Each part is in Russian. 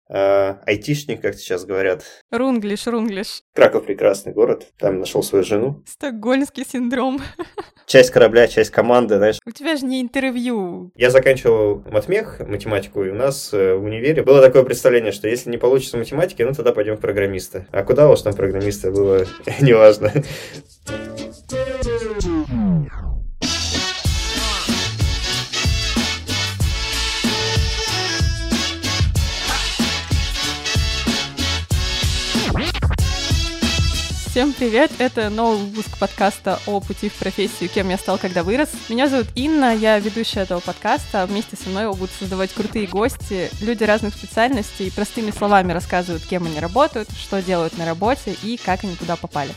айтишник, как сейчас говорят. Рунглиш. Краков прекрасный город, там нашел свою жену. Стокгольмский синдром. Часть корабля, часть команды, знаешь. У тебя же не интервью. Я заканчивал матмех, математику, и у нас в универе было такое представление, что если не получится математики, ну тогда пойдем в программиста. А куда уж там программиста было, неважно. Всем привет! Это новый выпуск подкаста о пути в профессию «Кем я стал, когда вырос». Меня зовут Инна, я ведущая этого подкаста. Вместе со мной его будут создавать крутые гости, люди разных специальностей и простыми словами рассказывают, кем они работают, что делают на работе и как они туда попали.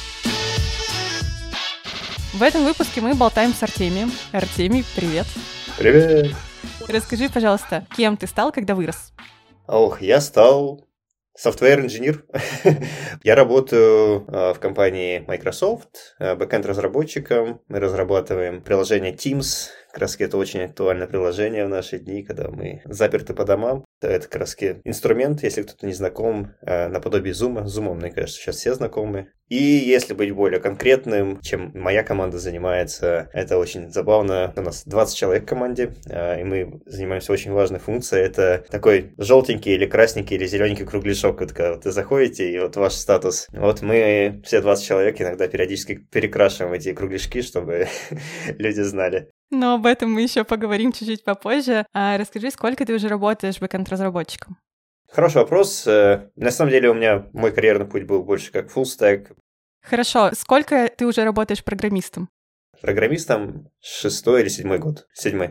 В этом выпуске мы болтаем с Артемием. Артемий, привет! Привет! Расскажи, пожалуйста, кем ты стал, когда вырос? Я стал софтвер-инженер. Я работаю в компании Microsoft, бэкэнд-разработчиком. Мы разрабатываем приложение Teams. Как раз это очень актуальное приложение в наши дни, когда мы заперты по домам. Это как раз инструмент, если кто-то не знаком, наподобие Zoom. Zoom, мне кажется, сейчас все знакомы. И если быть более конкретным, чем моя команда занимается, это очень забавно. У нас 20 человек в команде, и мы занимаемся очень важной функцией. Это такой желтенький или красненький или зелененький кругляшок, когда вы заходите, и вот ваш статус. Вот мы все 20 человек иногда периодически перекрашиваем эти кругляшки, чтобы люди знали. Но об этом мы еще поговорим чуть-чуть попозже. Расскажи, сколько ты уже работаешь бэкэнд-разработчиком? Хороший вопрос. На самом деле у меня мой карьерный путь был больше как full-stack. Хорошо. Сколько ты уже работаешь программистом? Программистом 6-й или 7-й год? 7-й.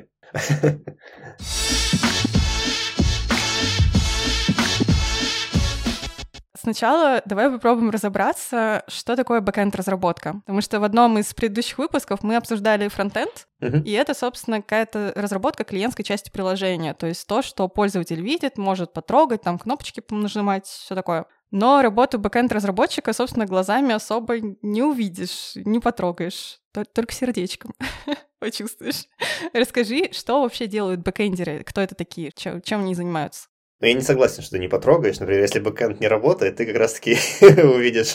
Сначала давай попробуем разобраться, что такое бэкэнд-разработка. Потому что в одном из предыдущих выпусков мы обсуждали фронтенд, и это, собственно, какая-то разработка клиентской части приложения. То есть то, что пользователь видит, может потрогать, там кнопочки нажимать, все такое. Но работу бэкэнд-разработчика, собственно, глазами особо не увидишь, не потрогаешь, только сердечком почувствуешь. Расскажи, что вообще делают бэкэндеры, кто это такие, чем они занимаются? Но я не согласен, что ты не потрогаешь. Например, если бэкэнд не работает, ты как раз-таки увидишь,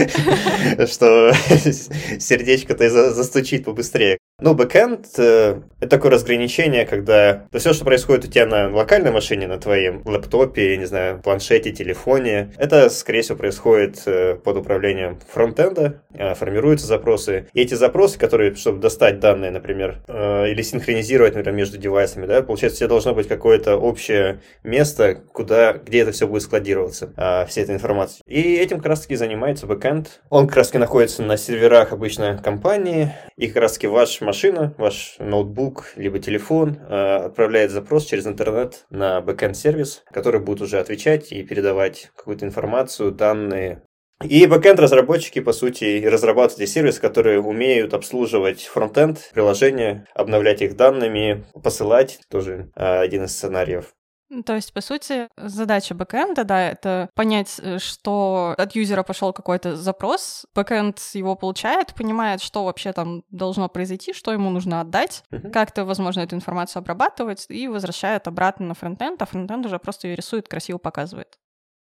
что сердечко-то застучит побыстрее. Ну, бэкэнд — это такое разграничение, когда все, что происходит у тебя на локальной машине, на твоем лэптопе, я не знаю, планшете, телефоне, это, скорее всего, происходит под управлением фронтенда, формируются запросы. И эти запросы, которые, чтобы достать данные, например, или синхронизировать, например, между девайсами, да, получается, у тебя должно быть какое-то общее место, где это все будет складироваться, вся эта информация. И этим как раз-таки занимается бэкэнд. Он как раз-таки находится на серверах обычно компании, и как раз-таки ваша машина, ваш ноутбук, либо телефон отправляет запрос через интернет на бэкэнд-сервис, который будет уже отвечать и передавать какую-то информацию, данные. И бэкэнд-разработчики, по сути, разрабатывают эти сервисы, которые умеют обслуживать фронтенд, приложения, обновлять их данными, посылать, тоже один из сценариев. То есть, по сути, задача бэкэнда, да, это понять, что от юзера пошел какой-то запрос, бэкэнд его получает, понимает, что вообще там должно произойти, что ему нужно отдать, как-то, возможно, эту информацию обрабатывать и возвращает обратно на фронтенд, а фронтенд уже просто ее рисует, красиво показывает.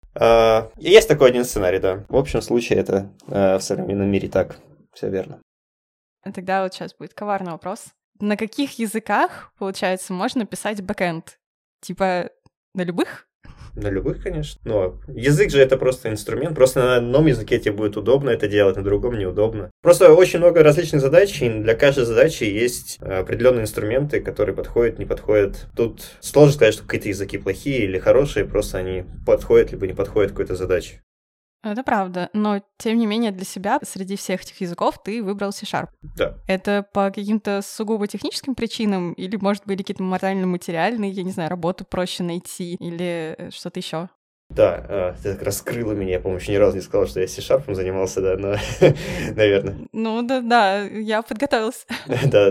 Есть такой один сценарий, да. В общем случае это в современном мире так, все верно. Тогда вот сейчас будет коварный вопрос. На каких языках, получается, можно писать бэкэнд? Типа на любых? На любых, конечно. Но язык же это просто инструмент. Просто на одном языке тебе будет удобно это делать, на другом неудобно. Просто очень много различных задач, и для каждой задачи есть определенные инструменты, которые подходят, не подходят. Тут сложно сказать, что какие-то языки плохие или хорошие, просто они подходят либо не подходят к какой-то задаче. Это правда, но, тем не менее, для себя среди всех этих языков ты выбрал C#. Да. Это по каким-то сугубо техническим причинам или, может, были какие-то морально-материальные, я не знаю, работу проще найти или что-то еще? Да, ты так раскрыла меня, я, по-моему, еще ни разу не сказала, что я C# занимался, да, но, наверное. Ну, да, я подготовилась. Да.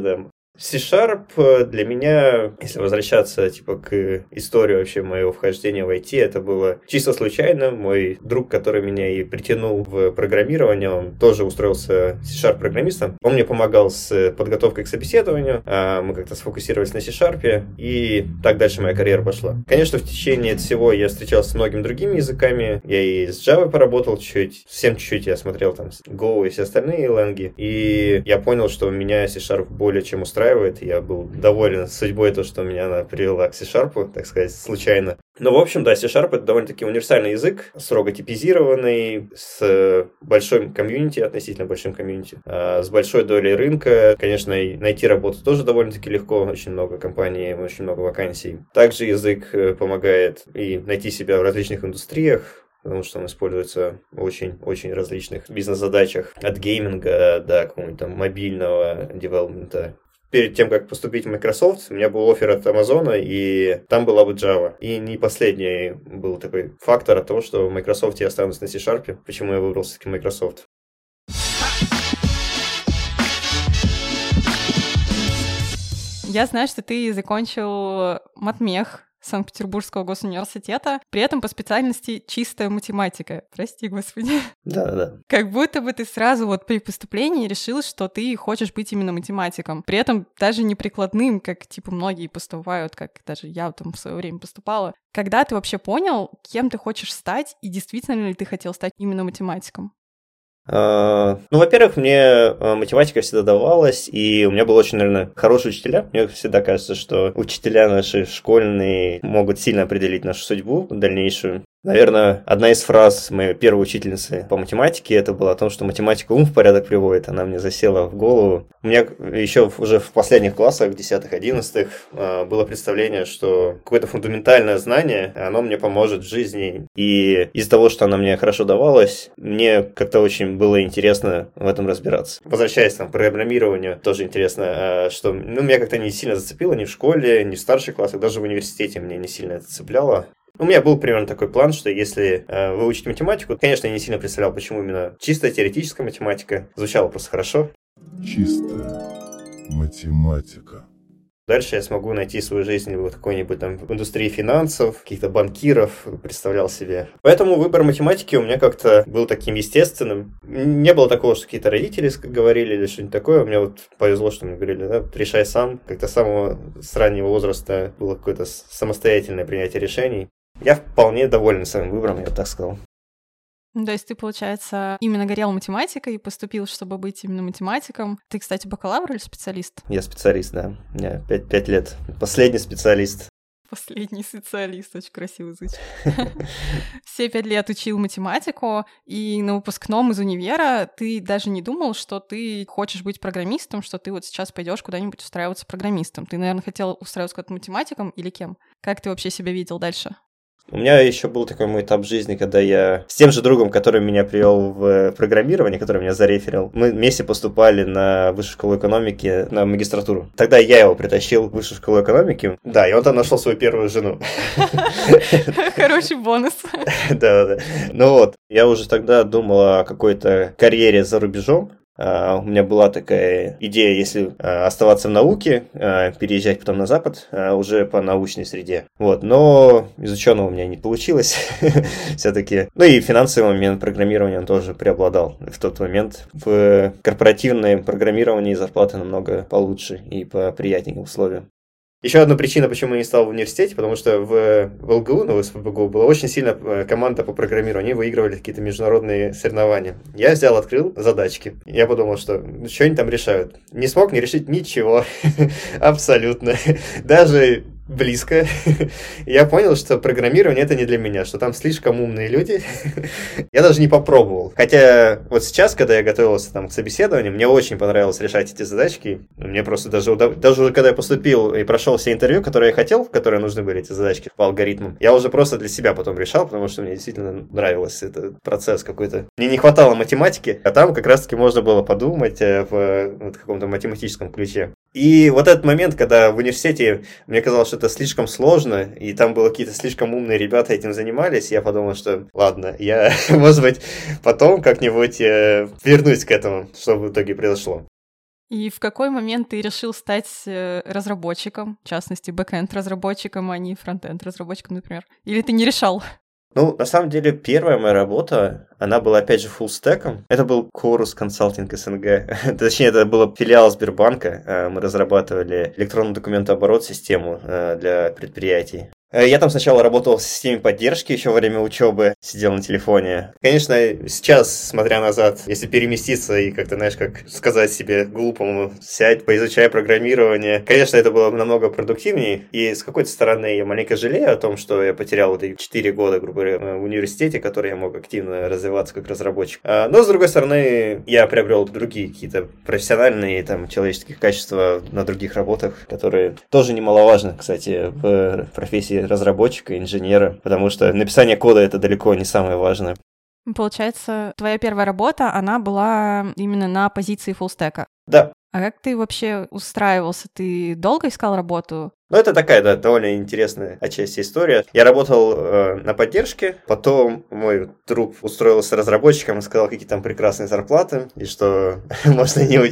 C# для меня, если возвращаться типа к истории вообще моего вхождения в IT, это было чисто случайно. Мой друг, который меня и притянул в программирование, он тоже устроился C# программистом. Он мне помогал с подготовкой к собеседованию, мы как-то сфокусировались на C#, и так дальше моя карьера пошла. Конечно, в течение всего я встречался с многими другими языками. Я и с Java поработал чуть-чуть, совсем чуть-чуть я смотрел там Go и все остальные лэнги, и я понял, что меня C# более чем устраивает. Я был доволен судьбой, то, что меня она привела к C#, так сказать, случайно. Но, в общем, да, C# это довольно-таки универсальный язык, строго типизированный, с большим комьюнити, относительно большим комьюнити, с большой долей рынка. Конечно, и найти работу тоже довольно-таки легко, очень много компаний, очень много вакансий. Также язык помогает и найти себя в различных индустриях, потому что он используется в очень различных бизнес-задачах, от гейминга до какого-нибудь там мобильного девелопмента. Перед тем, как поступить в Microsoft, у меня был оффер от Amazon, и там была бы Java. И не последний был такой фактор от того, что в Microsoft я останусь на C#, почему я выбрал все-таки Microsoft. Я знаю, что ты закончил матмех Санкт-Петербургского госуниверситета, при этом по специальности чистая математика. Прости, господи. Да. Как будто бы ты сразу вот при поступлении решил, что ты хочешь быть именно математиком. При этом даже не прикладным, как типа многие поступают, как даже я там в свое время поступала. Когда ты вообще понял, кем ты хочешь стать, и действительно ли ты хотел стать именно математиком? Во-первых, мне математика всегда давалась, и у меня был очень, наверное, хорошие учителя. Мне всегда кажется, что учителя наши школьные могут сильно определить нашу судьбу дальнейшую. Наверное, одна из фраз моей первой учительницы по математике это было о том, что математика ум в порядок приводит. Она мне засела в голову. У меня еще уже в последних классах, в 10-11, было представление, что какое-то фундаментальное знание, оно мне поможет в жизни. И из-за того, что она мне хорошо давалась, мне как-то очень было интересно в этом разбираться. Возвращаясь к программированию, тоже интересно, что меня как-то не сильно зацепило ни в школе, ни в старших классах, даже в университете меня не сильно это цепляло. У меня был примерно такой план, что если выучить математику, конечно, я не сильно представлял, почему именно чистая теоретическая математика. Звучало просто хорошо. Чистая математика. Дальше я смогу найти свою жизнь в какой-нибудь там в индустрии финансов, каких-то банкиров, представлял себе. Поэтому выбор математики у меня как-то был таким естественным. Не было такого, что какие-то родители говорили или что-нибудь такое. Мне вот повезло, что мне говорили, да, решай сам. Как-то с самого раннего возраста было какое-то самостоятельное принятие решений. Я вполне доволен своим выбором, я бы так сказал. То есть ты, получается, именно горел математикой и поступил, чтобы быть именно математиком. Ты, кстати, бакалавр или специалист? Я специалист, да. У меня 5 лет. Последний специалист. Последний специалист, очень красиво звучит. Все 5 лет учил математику, и на выпускном из универа ты даже не думал, что ты хочешь быть программистом, что ты вот сейчас пойдешь куда-нибудь устраиваться программистом. Ты, наверное, хотел устраиваться как математиком или кем? Как ты вообще себя видел дальше? У меня еще был такой мой этап жизни, когда я с тем же другом, который меня привел в программирование, который меня зареферил, мы вместе поступали на высшую школу экономики, на магистратуру. Тогда я его притащил в высшую школу экономики. Да, и он там нашел свою первую жену. Хороший бонус. Да. Ну вот, я уже тогда думал о какой-то карьере за рубежом. У меня была такая идея, если оставаться в науке, переезжать потом на Запад, уже по научной среде. Вот, но из ученого у меня не получилось все-таки. Ну и финансовый момент программирования он тоже преобладал в тот момент. В корпоративном программировании зарплаты намного получше и по приятнее условиям. Еще одна причина, почему я не стал в университете, потому что в ЛГУ, в СПбГУ, была очень сильная команда по программированию, они выигрывали какие-то международные соревнования. Я открыл задачки. Я подумал, что что они там решают. Не смог не решить ничего. Абсолютно. Даже близко. Я понял, что программирование это не для меня, что там слишком умные люди. Я даже не попробовал. Хотя вот сейчас, когда я готовился там к собеседованию, мне очень понравилось решать эти задачки. Мне просто даже когда я поступил и прошел все интервью, которые я хотел, в которые нужны были эти задачки по алгоритмам, я уже просто для себя потом решал, потому что мне действительно нравился этот процесс какой-то. Мне не хватало математики, а там как раз-таки можно было подумать в каком-то математическом ключе. И вот этот момент, когда в университете мне казалось, что это слишком сложно, и там было какие-то слишком умные ребята этим занимались, я подумал, что ладно, я, может быть, потом как-нибудь вернусь к этому, что в итоге произошло. И в какой момент ты решил стать разработчиком, в частности, бэкэнд-разработчиком, а не фронтенд-разработчиком, например? Или ты не решал? Ну, на самом деле, первая моя работа, она была, опять же, фуллстеком. Это был Chorus Consulting СНГ. Точнее, это был филиал Сбербанка. Мы разрабатывали электронную документооборот систему для предприятий. Я там сначала работал в системе поддержки еще во время учебы, сидел на телефоне. Конечно, сейчас, смотря назад, если переместиться и как-то, знаешь, как сказать себе глупому, сядь, поизучай программирование, конечно, это было намного продуктивнее. И с какой-то стороны я маленько жалею о том, что я потерял вот эти 4 года, грубо говоря, в университете, которые я мог активно развиваться как разработчик. Но, с другой стороны, я приобрел другие какие-то профессиональные, там, человеческие качества на других работах, которые тоже немаловажны, кстати, в профессии разработчика, инженера, потому что написание кода — это далеко не самое важное. Получается, твоя первая работа, она была именно на позиции фуллстека. Да. А как ты вообще устраивался? Ты долго искал работу? Ну, это такая, да, довольно интересная отчасти история. Я работал на поддержке, потом мой друг устроился разработчиком и сказал, какие там прекрасные зарплаты, и что можно не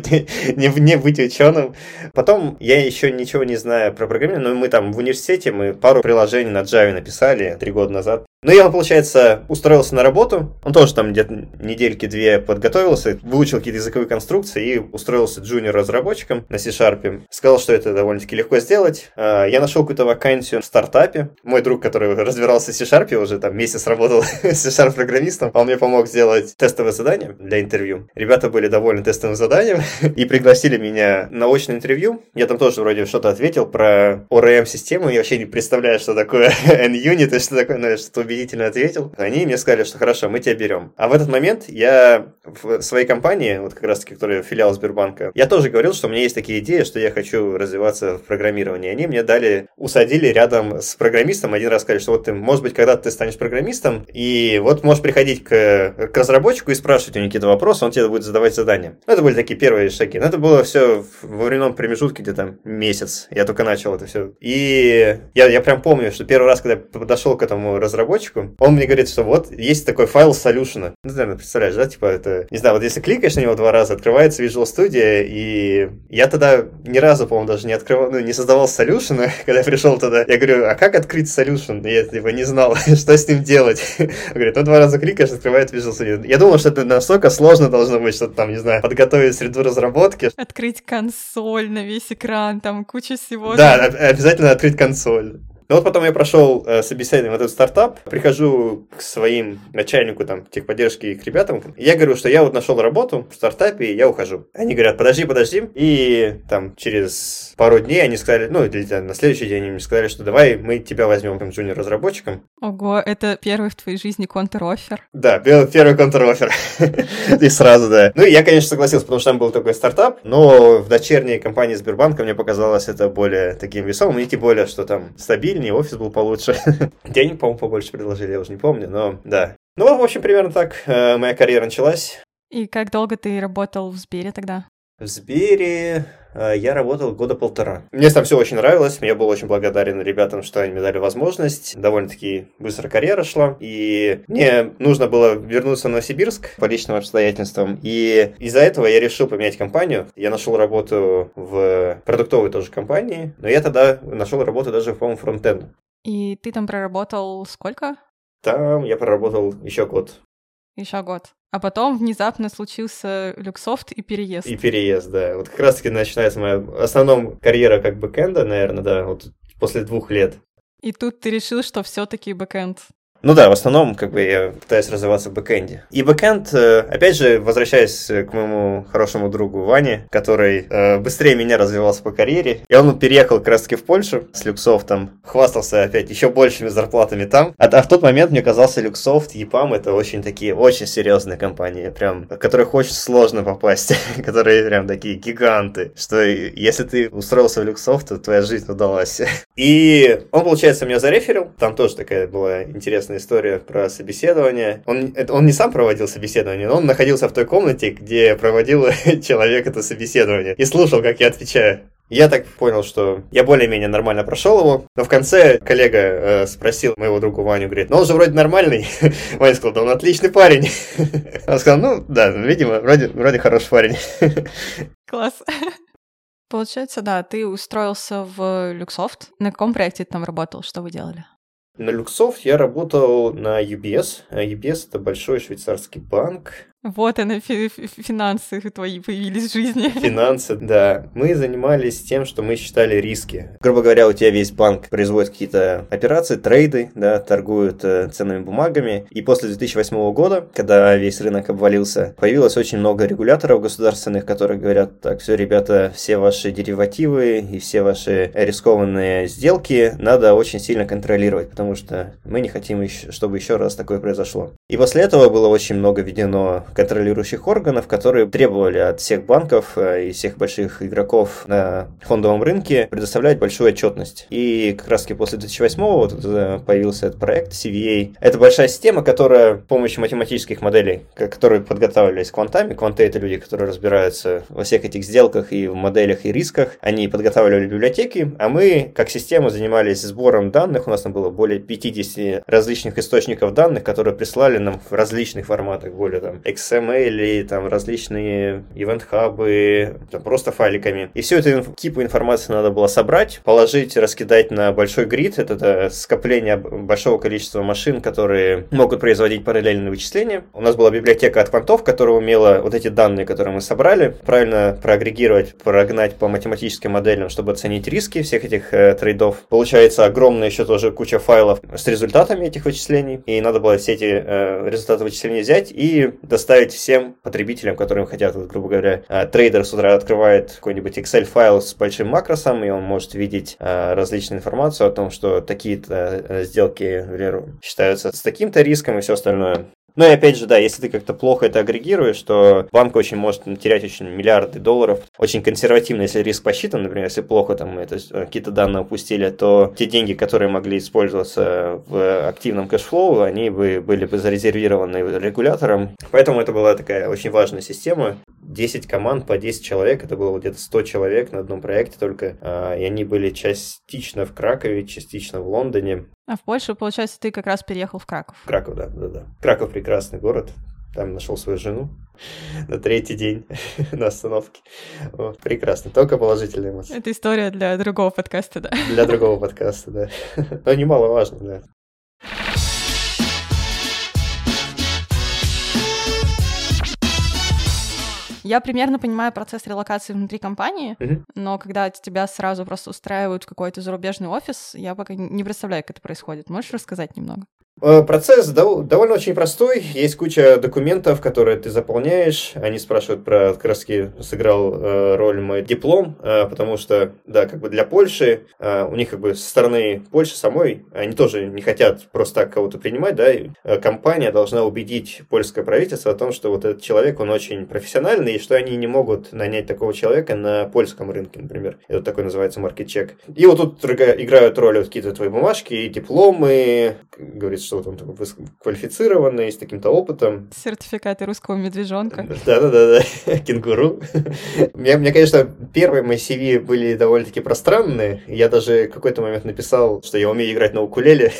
быть ученым. Потом я еще ничего не знаю про программирование, но мы там в университете, мы пару приложений на Java написали 3 года назад. Ну, я, получается, устроился на работу, он тоже там где-то недельки-две подготовился, выучил какие-то языковые конструкции и устроился джуниор-разработчиком на C#. Сказал, что это довольно-таки легко сделать. Я нашел какую-то вакансию в стартапе. Мой друг, который разбирался в C#, уже там месяц работал C#-программистом, он мне помог сделать тестовое задание для интервью. Ребята были довольны тестовым заданием и пригласили меня на очное интервью. Я там тоже вроде что-то ответил про ORM-систему, я вообще не представляю, что такое NUnit и что такое, но я что-то убедительно ответил. Они мне сказали, что хорошо, мы тебя берем. А в этот момент я в своей компании, вот как раз-таки, которая филиал Сбербанка, я тоже говорил, что у меня есть такие идеи, что я хочу развиваться в программировании. Они мне усадили рядом с программистом. Один раз сказали, что вот ты, может быть, когда-то ты станешь программистом, и вот можешь приходить к разработчику и спрашивать у него какие-то вопросы, он тебе будет задавать задания. Это были такие первые шаги. Но это было все во временном промежутке где-то месяц. Я только начал это все. И я прям помню, что первый раз, когда я подошел к этому разработчику, он мне говорит, что вот есть такой файл solution. Ну, ты, наверное, представляешь, да? Типа это, не знаю, вот если кликаешь на него 2 раза, открывается Visual Studio, и я тогда ни разу, по-моему, даже не открывал, не создавал solution, когда я пришел туда. Я говорю, а как открыть solution? Я типа не знал, что с ним делать. Он говорит, ну 2 раза кликаешь, открывает Visual Studio. Я думал, что это настолько сложно должно быть, что-то там, не знаю, подготовить среду разработки. Открыть консоль на весь экран, там куча всего. Да, обязательно открыть консоль. Ну вот потом я прошел собеседование в этот стартап, прихожу к своим начальнику там техподдержки и к ребятам, и я говорю, что я вот нашел работу в стартапе, и я ухожу. Они говорят, подожди, и там через пару дней они сказали, ну или на следующий день они мне сказали, что давай мы тебя возьмем там джуниор-разработчиком. Ого, это первый в твоей жизни контр-оффер? Да, первый контр-оффер. И сразу, да. Ну и я, конечно, согласился, потому что там был такой стартап, но в дочерней компании Сбербанка мне показалось это более таким весомым, и тем более, что там стабильно, офис был получше. Денег, по-моему, побольше предложили, я уже не помню, но да. Ну, в общем, примерно так моя карьера началась. И как долго ты работал в Сбере тогда? В Сбере я работал 1.5 года. Мне там все очень нравилось, я был очень благодарен ребятам, что они мне дали возможность. Довольно-таки быстро карьера шла, и мне нужно было вернуться в Новосибирск по личным обстоятельствам, и из-за этого я решил поменять компанию. Я нашел работу в продуктовой тоже компании, но я тогда нашел работу даже, по-моему, фронтенд. И ты там проработал сколько? Там я проработал еще год. Еще год. А потом внезапно случился Люксофт и переезд. И переезд, да. Вот как раз-таки начинается моя основная карьера как бэкэнда, наверное, да, вот после 2 лет. И тут ты решил, что все-таки бэкэнд. Ну да, в основном, как бы, я пытаюсь развиваться в бэкэнде. И бэкэнд, опять же, возвращаясь к моему хорошему другу Ване, который быстрее меня развивался по карьере, и он переехал как раз-таки в Польшу с Люксофтом, хвастался опять еще большими зарплатами там. А в тот момент мне казался Люксофт, EPAM — это очень такие, очень серьезные компании, прям, в которых очень сложно попасть, которые прям такие гиганты, что если ты устроился в Люксофт, то твоя жизнь удалась. И он, получается, меня зареферил, там тоже такая была интересная история про собеседование. Он не сам проводил собеседование, но он находился в той комнате, где проводил человек это собеседование, и слушал, как я отвечаю. Я так понял, что я более-менее нормально прошел его, но в конце коллега спросил моего друга Ваню, говорит, ну он же вроде нормальный. Ваня сказал, да он отличный парень. Он сказал, ну да, видимо, вроде хороший парень. Класс. Получается, да, ты устроился в Люксофт. На каком проекте ты там работал? Что вы делали? На Люксофт я работал на UBS. UBS — это большой швейцарский банк. Вот они, финансы твои появились в жизни. Финансы, да. Мы занимались тем, что мы считали риски. Грубо говоря, у тебя весь банк производит какие-то операции, трейды, да, торгуют ценными бумагами. И после 2008 года, когда весь рынок обвалился, появилось очень много регуляторов государственных, которые говорят: так, все, ребята, все ваши деривативы и все ваши рискованные сделки надо очень сильно контролировать, потому что мы не хотим, чтобы еще раз такое произошло. И после этого было очень много введено контролирующих органов, которые требовали от всех банков и всех больших игроков на фондовом рынке предоставлять большую отчетность. И как раз таки после 2008-го появился этот проект CVA. Это большая система, которая с помощью математических моделей, которые подготавливались квантами. Кванты — это люди, которые разбираются во всех этих сделках и в моделях и рисках. Они подготавливали библиотеки, а мы, как система, занимались сбором данных. У нас там было более 50 различных источников данных, которые прислали нам в различных форматах, более там XML, там различные ивент-хабы, просто файликами. И всю эту кипу информации надо было собрать, положить, раскидать на большой грид. Это скопление большого количества машин, которые могут производить параллельные вычисления. У нас была библиотека от квантов, которая умела вот эти данные, которые мы собрали, правильно проагрегировать, прогнать по математическим моделям, чтобы оценить риски всех этих трейдов. Получается огромная еще тоже куча файлов с результатами этих вычислений. И надо было все эти результаты вычислений взять и доставить всем потребителям, которым хотят, вот, грубо говоря, трейдер с утра открывает какой-нибудь Excel-файл с большим макросом, и он может видеть различную информацию о том, что такие-то сделки, например, считаются с таким-то риском и все остальное. Ну и опять же, да, если ты как-то плохо это агрегируешь, то банк очень может терять очень миллиарды долларов. Очень консервативно, если риск посчитан, например, если плохо там какие-то данные упустили, то те деньги, которые могли использоваться в активном кэшфлоу, они были бы зарезервированы регулятором. Поэтому это была такая очень важная система. 10 команд по 10 человек, это было где-то 100 человек на одном проекте только, и они были частично в Кракове, частично в Лондоне. А в Польшу, получается, ты как раз переехал в Краков. Краков, да. Краков — прекрасный город. Там нашел свою жену на 3-й день на остановке. Вот, прекрасно, только положительные эмоции. Это история для другого подкаста, да? Для другого подкаста, да. Но немаловажно, да. Я примерно понимаю процесс релокации внутри компании, но когда тебя сразу просто устраивают в какой-то зарубежный офис, я пока не представляю, как это происходит. Можешь рассказать немного? Процесс довольно очень простой. Есть куча документов, которые ты заполняешь. Они спрашивают про, как раз таки сыграл роль мой диплом, потому что, да, как бы для Польши, у них как бы со стороны Польши самой, они тоже не хотят просто так кого-то принимать, да, и компания должна убедить польское правительство о том, что вот этот человек, он очень профессиональный, и что они не могут нанять такого человека на польском рынке, например. Это такой называется маркет-чек. И вот тут играют роль вот какие-то твои бумажки, дипломы, говорится, что вот он такой квалифицированный, с таким-то опытом. Сертификаты русского медвежонка. Да, кенгуру. Мне, конечно, первые мои CV были довольно-таки пространные. Я даже в какой-то момент написал, что я умею играть на укулеле.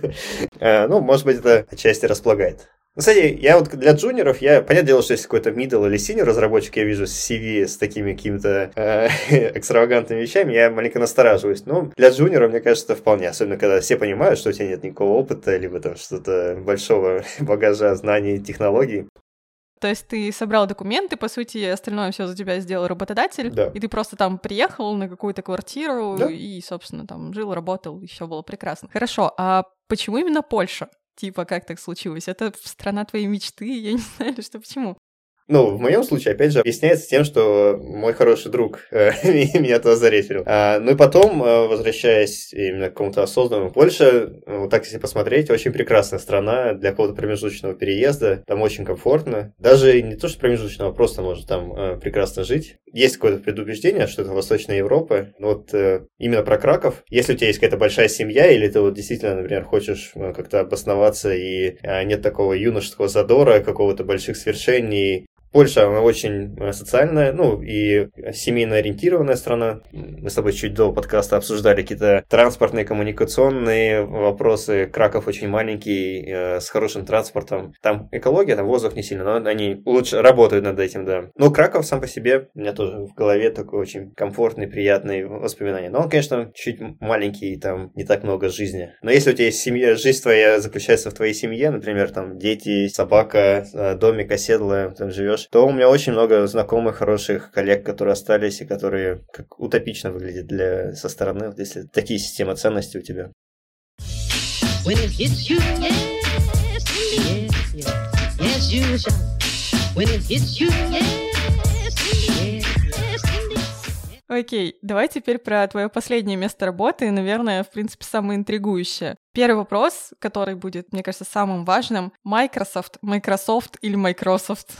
Ну, может быть, это отчасти располагает. Кстати, я вот для джуниоров, понятное дело, что если какой-то middle или senior разработчик, я вижу CV с такими какими-то экстравагантными вещами, я маленько настораживаюсь. Но для джуниора, мне кажется, это вполне. Особенно, когда все понимают, что у тебя нет никакого опыта, либо там что-то большого багажа знаний, технологий. То есть ты собрал документы, по сути, остальное все за тебя сделал работодатель, да. И ты просто там приехал на какую-то квартиру, да. И, собственно, там жил, работал, и все было прекрасно. Хорошо, а почему именно Польша? Типа, как так случилось? Это страна твоей мечты? Я не знаю, что почему. Ну, в моем случае, опять же, объясняется тем, что мой хороший друг меня туда зареферил. Ну и потом, возвращаясь именно к какому-то осознанному, Польша, вот так если посмотреть, очень прекрасная страна для какого-то промежуточного переезда. Там очень комфортно. Даже не то, что промежуточного, просто можно там прекрасно жить. Есть какое-то предубеждение, что это Восточная Европа. Но вот именно про Краков. Если у тебя есть какая-то большая семья, или ты вот действительно, например, хочешь как-то обосноваться, и нет такого юношеского задора, какого-то больших свершений, Польша, она очень социальная, и семейно ориентированная страна. Мы с тобой чуть до подкаста обсуждали какие-то транспортные, коммуникационные вопросы. Краков очень маленький, с хорошим транспортом. Там экология, там воздух не сильно, но они лучше работают над этим, да. Но Краков сам по себе, у меня тоже в голове такой очень комфортный, приятный воспоминание. Но он, конечно, чуть маленький, там не так много жизни. Но если у тебя есть семья, жизнь твоя заключается в твоей семье, например, там дети, собака, домик, оседлая, там живешь, то у меня очень много знакомых, хороших коллег, которые остались и которые как утопично выглядят со стороны, вот если такие системы ценностей у тебя. Окей, давай теперь про твое последнее место работы, и, наверное, в принципе, самое интригующее. Первый вопрос, который будет, мне кажется, самым важным. Microsoft или Microsoft?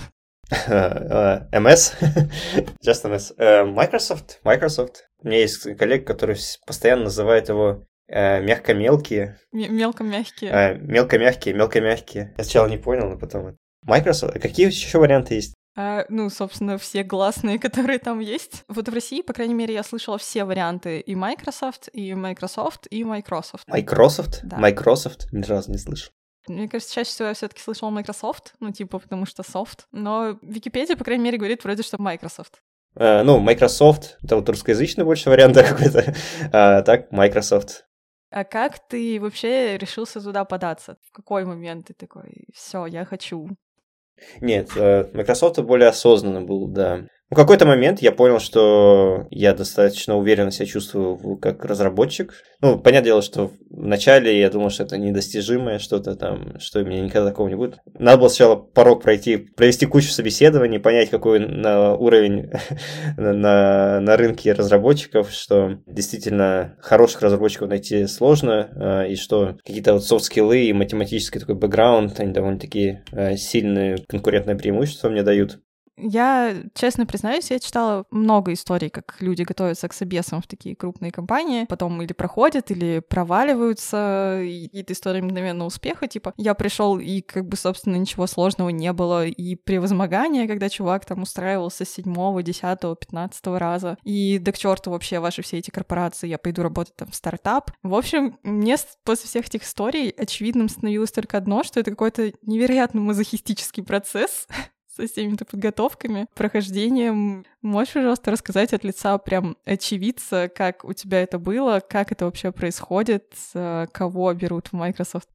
MS? Just MS. Microsoft. У меня есть коллега, который постоянно называет его мягко-мелкие. Мелко-мягкие. Мелко-мягкие. Я сначала не понял, но потом... Microsoft. Какие еще варианты есть? Собственно, все гласные, которые там есть. Вот в России, по крайней мере, я слышала все варианты и Microsoft, и Microsoft, и Microsoft. Microsoft? Да. Microsoft? Ни разу не слышал. Мне кажется, чаще всего я все-таки слышала Microsoft, потому что софт. Но Википедия, по крайней мере, говорит вроде, что Microsoft. Microsoft, это вот русскоязычный больше вариант какой-то. Так, Microsoft. А как ты вообще решился туда податься? В какой момент ты такой, все, я хочу? Нет, Microsoft более осознанно был, да. В какой-то момент я понял, что я достаточно уверенно себя чувствую как разработчик. Понятное дело, что вначале я думал, что это недостижимое что-то там, что у меня никогда такого не будет. Надо было сначала порог провести кучу собеседований, понять, какой уровень на рынке разработчиков, что действительно хороших разработчиков найти сложно, и что какие-то вот софт-скиллы и математический такой бэкграунд, они довольно-таки сильные конкурентное преимущество мне дают. Я, честно признаюсь, я читала много историй, как люди готовятся к собесам в такие крупные компании, потом или проходят, или проваливаются, и какие-то истории мгновенного успеха, типа я пришел и собственно, ничего сложного не было, и превозмогание, когда чувак там устраивался с 7-го, 10-го, 15-го раза, и да к черту вообще ваши все эти корпорации, я пойду работать там в стартап. В общем, мне после всех этих историй очевидным становилось только одно, что это какой-то невероятно мазохистический процесс, со всеми-то подготовками, прохождением. Можешь, пожалуйста, рассказать от лица прям очевидца, как у тебя это было, как это вообще происходит, кого берут в Microsoft?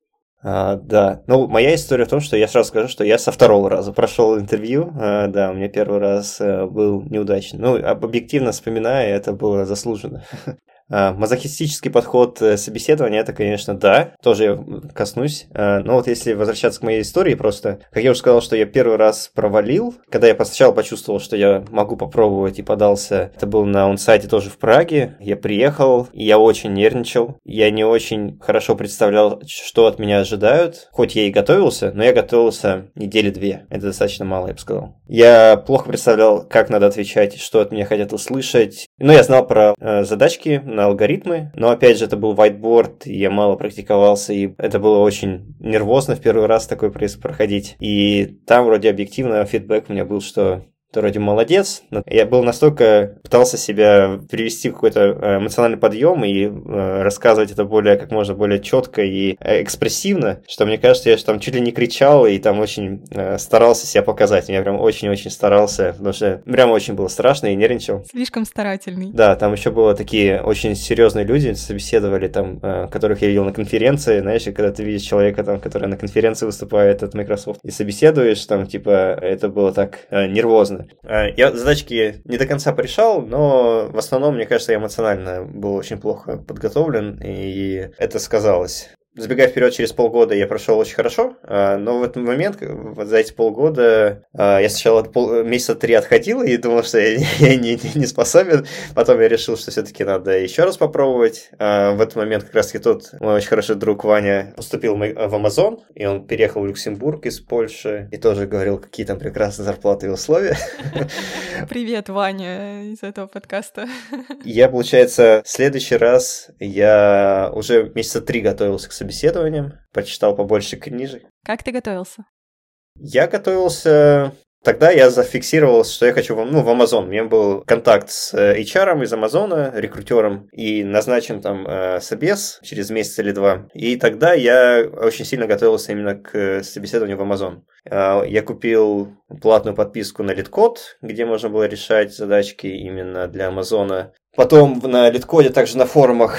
Да, моя история в том, что я сразу скажу, что я со второго раза прошел интервью, да, у меня первый раз был неудачный. Объективно вспоминая, это было заслуженно. Мазохистический подход собеседования, это, конечно, да, тоже я коснусь. Но вот если возвращаться к моей истории, просто, как я уже сказал, что я первый раз провалил, когда я сначала почувствовал, что я могу попробовать и подался, это был на онсайте тоже в Праге, я приехал, и я очень нервничал, я не очень хорошо представлял, что от меня ожидают, хоть я и готовился, но я готовился недели 2, это достаточно мало, я бы сказал. Я плохо представлял, как надо отвечать, что от меня хотят услышать, но я знал про задачки, на алгоритмы, но опять же это был whiteboard, и я мало практиковался, и это было очень нервозно в первый раз такой проходить. И там вроде объективно фидбэк у меня был, что ты вроде молодец, но я был настолько, пытался себя привести в какой-то эмоциональный подъем и рассказывать это как можно более четко и экспрессивно, что мне кажется, я там чуть ли не кричал и там очень старался себя показать. Я прям очень-очень старался, потому что прям очень было страшно и нервничал. Слишком старательный. Да, там еще было такие очень серьезные люди, собеседовали там, которых я видел на конференции, знаешь, и когда ты видишь человека там, который на конференции выступает от Microsoft, и собеседуешь, там, типа, это было так нервозно. Я задачки не до конца порешал, но в основном, мне кажется, я эмоционально был очень плохо подготовлен, и это сказалось. Забегая вперед, через полгода я прошел очень хорошо, но в этот момент, за эти полгода, я сначала месяца 3 отходил и думал, что я не способен. Потом я решил, что все-таки надо еще раз попробовать. В этот момент как раз-таки мой очень хороший друг Ваня поступил в Amazon, и он переехал в Люксембург из Польши, и тоже говорил, какие там прекрасные зарплаты и условия. Привет, Ваня, из этого подкаста. Я, получается, в следующий раз я уже месяца 3 готовился к собеседованиям, прочитал побольше книжек. Как ты готовился? Я готовился Тогда я зафиксировал, что я хочу в Amazon. У меня был контакт с HR из Амазона, рекрутером, и назначен там собес через месяц или два. И тогда я очень сильно готовился именно к собеседованию в Amazon. Я купил платную подписку на LeetCode, где можно было решать задачки именно для Амазона. Потом на LeetCode, также на форумах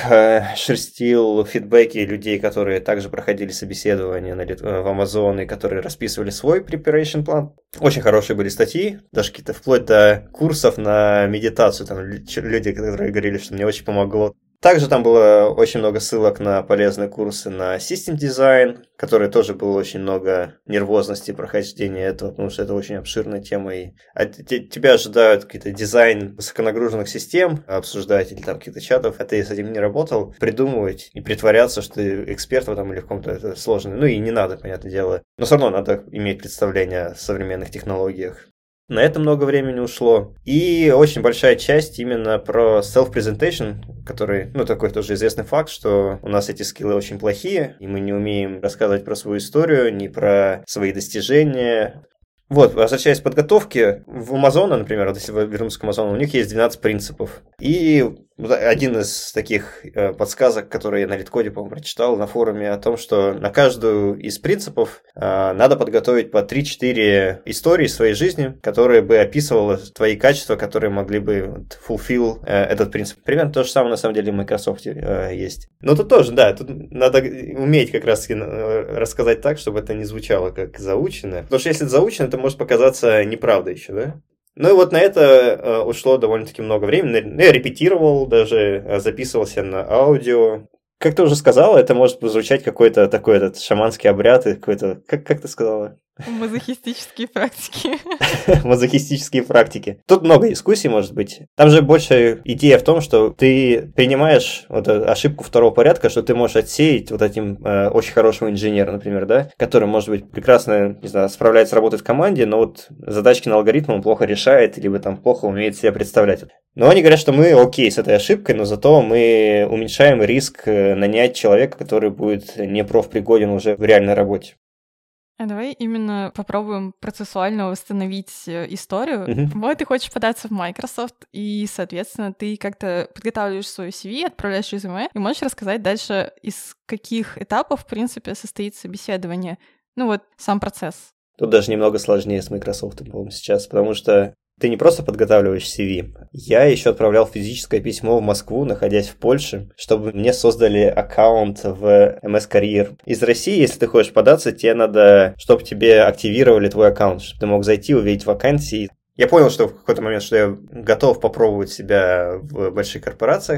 шерстил фидбэки людей, которые также проходили собеседование в Amazon и которые расписывали свой preparation план. Очень хорошие были статьи, даже какие-то вплоть до курсов на медитацию. Там люди, которые говорили, что мне очень помогло. Также там было очень много ссылок на полезные курсы на System Design, которые тоже было очень много нервозности прохождения этого, потому что это очень обширная тема. И тебя ожидают какие-то дизайн высоконагруженных систем обсуждать или там каких-то чатов, а ты с этим не работал, придумывать и притворяться, что ты эксперт в этом или в каком-то это сложном. Ну и не надо, понятное дело. Но все равно надо иметь представление о современных технологиях. На это много времени ушло. И очень большая часть именно про self-presentation, который, такой тоже известный факт, что у нас эти скиллы очень плохие, и мы не умеем рассказывать про свою историю, ни про свои достижения. Вот, возвращаясь к подготовке, в Amazon, например, если вы вернуться к Amazon, у них есть 12 принципов. И один из таких подсказок, который я на LeetCode, по-моему, прочитал на форуме, о том, что на каждую из принципов надо подготовить по 3-4 истории своей жизни, которые бы описывали твои качества, которые могли бы fulfill этот принцип. Примерно то же самое, на самом деле, в Microsoft есть. Но тут тоже, да, тут надо уметь как раз рассказать так, чтобы это не звучало как заучено. Потому что если это заучено, это может показаться неправдой еще, да? Ну и вот на это ушло довольно-таки много времени. Я репетировал, даже записывался на аудио. Как ты уже сказала, это может звучать какой-то такой этот шаманский обряд, какой-то, как ты сказала? Мазохистические практики. Мазохистические практики. Тут много дискуссий, может быть. Там же больше идея в том, что ты принимаешь вот ошибку второго порядка, что ты можешь отсеять вот этим очень хорошего инженера, например, да, который, может быть, прекрасно, не знаю, справляется, работает в команде, но вот задачки на алгоритм он плохо решает, либо там плохо умеет себя представлять. Но они говорят, что мы окей с этой ошибкой, но зато мы уменьшаем риск нанять человека, который будет не профпригоден уже в реальной работе. А давай именно попробуем процессуально восстановить историю. Вот ты хочешь податься в Microsoft, и, соответственно, ты как-то подготавливаешь свой CV, отправляешь резюме, и можешь рассказать дальше, из каких этапов, в принципе, состоит собеседование. Сам процесс. Тут даже немного сложнее с Microsoft, по-моему, сейчас, потому что ты не просто подготавливаешь CV. Я еще отправлял физическое письмо в Москву, находясь в Польше, чтобы мне создали аккаунт в MS Career. Из России, если ты хочешь податься, тебе надо, чтобы тебе активировали твой аккаунт, чтобы ты мог зайти, увидеть вакансии. Я понял, что в какой-то момент, что я готов попробовать себя в больших корпорациях,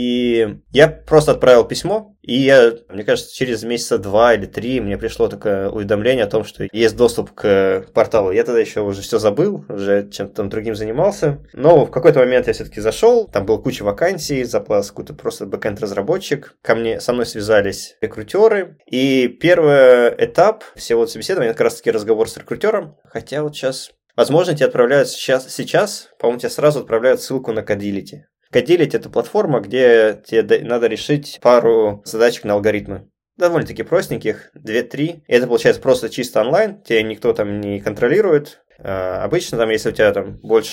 и я просто отправил письмо, и мне кажется, через месяца 2 или 3 мне пришло такое уведомление о том, что есть доступ к порталу. Я тогда еще уже все забыл, уже чем-то там другим занимался, но в какой-то момент я все-таки зашел, там была куча вакансий, заплатил какой-то просто бэкэнд-разработчик, со мной связались рекрутеры, и первый этап всего собеседования, это как раз-таки разговор с рекрутером, хотя вот сейчас... Возможно, тебе отправляют сейчас, по-моему, тебе сразу отправляют ссылку на Codility. Codility – это платформа, где тебе надо решить пару задачек на алгоритмы. Довольно-таки простеньких, 2-3. И это получается просто чисто онлайн, тебя никто там не контролирует. Обычно, там, если у тебя там больше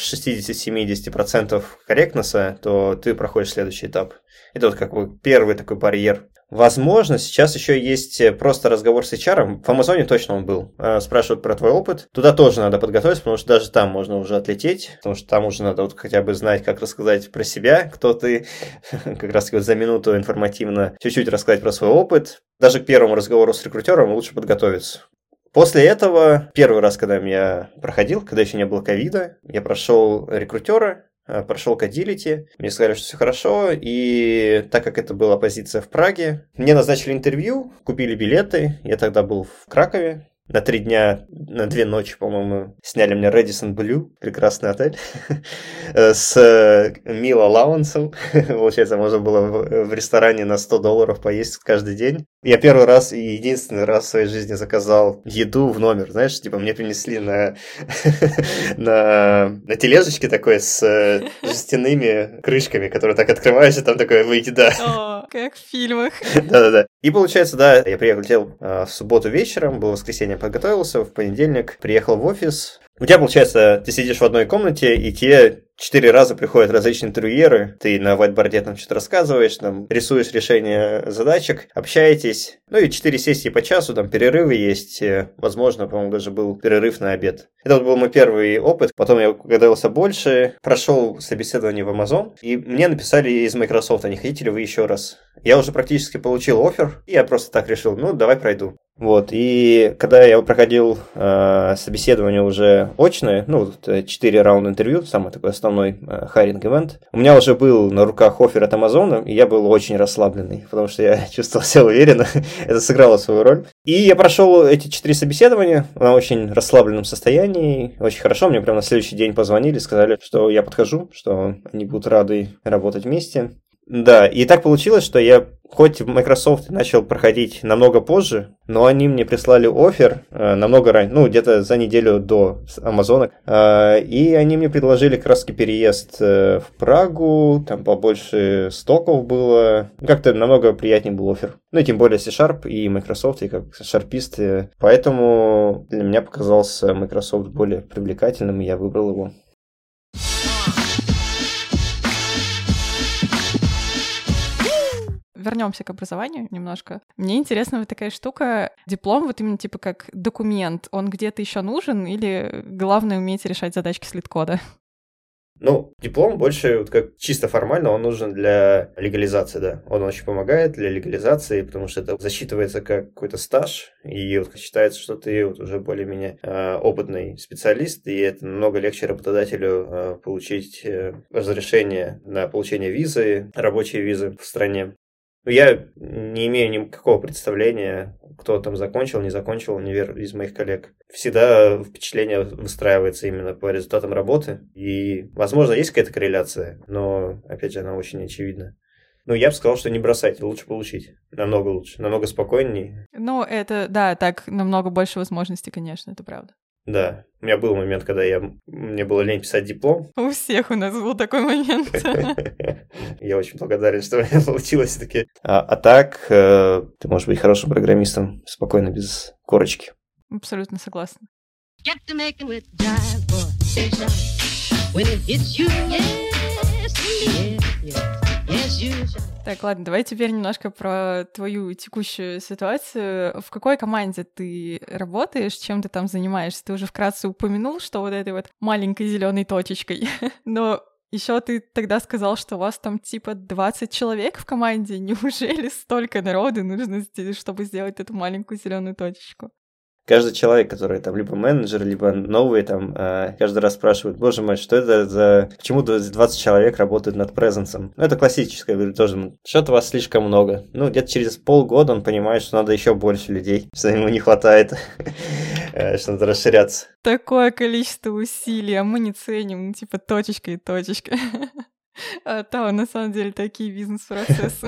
60-70% корректнесса, то ты проходишь следующий этап. Это вот как бы первый такой барьер. Возможно, сейчас еще есть просто разговор с HR. В Амазоне точно он был. Спрашивают про твой опыт. Туда тоже надо подготовиться, потому что даже там можно уже отлететь. Потому что там уже надо вот хотя бы знать, как рассказать про себя, кто ты. Как раз вот за минуту информативно чуть-чуть рассказать про свой опыт. Даже к первому разговору с рекрутером лучше подготовиться. После этого, первый раз, когда я проходил, когда еще не было ковида, я прошел рекрутера, прошел Codility, мне сказали, что все хорошо, и так как это была позиция в Праге, мне назначили интервью, купили билеты, я тогда был в Кракове, на 3 дня, на 2 ночи, по-моему, сняли мне Radisson Blu, прекрасный отель, с meal allowance. Получается, можно было в ресторане на $100 поесть каждый день. Я первый раз и единственный раз в своей жизни заказал еду в номер, знаешь, типа мне принесли на тележечке такой с жестяными крышками, которые так открываешь, и там такое еда. О, как в фильмах. Да-да-да. И получается, да, я приехал в субботу вечером, было воскресенье, подготовился, в понедельник приехал в офис, У тебя, получается, ты сидишь в одной комнате, и тебе 4 раза приходят различные интервьюеры, ты на whiteboard там что-то рассказываешь, там рисуешь решение задачек, общаетесь, ну и 4 сессии по часу, там перерывы есть, возможно, по-моему, даже был перерыв на обед. Это вот был мой первый опыт, потом я готовился больше, прошел собеседование в Amazon, и мне написали из Microsoft, а не хотите ли вы еще раз? Я уже практически получил оффер, и я просто так решил, ну, давай пройду. Вот, и когда я проходил собеседование уже очное, 4 раунда интервью, самый такой основной хайринг-ивент, у меня уже был на руках оффер от Амазона, и я был очень расслабленный, потому что я чувствовал себя уверенно, это сыграло свою роль. И я прошел эти 4 собеседования на очень расслабленном состоянии, очень хорошо, мне прямо на следующий день позвонили, сказали, что я подхожу, что они будут рады работать вместе. Да, и так получилось, что я хоть в Microsoft начал проходить намного позже, но они мне прислали оффер намного раньше, где-то за неделю до Амазона, и они мне предложили как раз переезд в Прагу, там побольше стоков было, как-то намного приятнее был оффер. И тем более C-Sharp и Microsoft, и как шарпист, поэтому для меня показался Microsoft более привлекательным, и я выбрал его. Вернемся к образованию немножко. Мне интересна вот такая штука. Диплом вот именно типа как документ, он где-то еще нужен или главное уметь решать задачки слит-кода? Диплом больше вот как чисто формально, он нужен для легализации, да. Он очень помогает для легализации, потому что это засчитывается как какой-то стаж, и вот считается, что ты вот уже более-менее опытный специалист, и это намного легче работодателю получить разрешение на получение визы, рабочей визы в стране. Я не имею никакого представления, кто там закончил, не закончил универ из моих коллег. Всегда впечатление выстраивается именно по результатам работы. И, возможно, есть какая-то корреляция, но, опять же, она очень очевидна. Я бы сказал, что не бросайте, лучше получить. Намного лучше, намного спокойнее. Это, да, так намного больше возможностей, конечно, это правда. Да, у меня был момент, когда мне было лень писать диплом. У всех у нас был такой момент. Я очень благодарен, что у меня получилось таки. А так, ты можешь быть хорошим программистом спокойно, без корочки. Абсолютно согласна. Так, ладно, давай теперь немножко про твою текущую ситуацию. В какой команде ты работаешь, чем ты там занимаешься? Ты уже вкратце упомянул, что вот этой вот маленькой зеленой точечкой. Но еще ты тогда сказал, что у вас там типа 20 человек в команде. Неужели столько народу нужно, чтобы сделать эту маленькую зеленую точечку? Каждый человек, который там либо менеджер, либо новый, там каждый раз спрашивает: боже мой, что это за... Почему 20 человек работают над презенсом? Это классическое, говорю, тоже, что-то вас слишком много. Где-то через полгода он понимает, что надо еще больше людей, что ему не хватает, что надо расширяться. Такое количество усилий, а мы не ценим, типа точечка и точечка. А там, на самом деле, такие бизнес-процессы.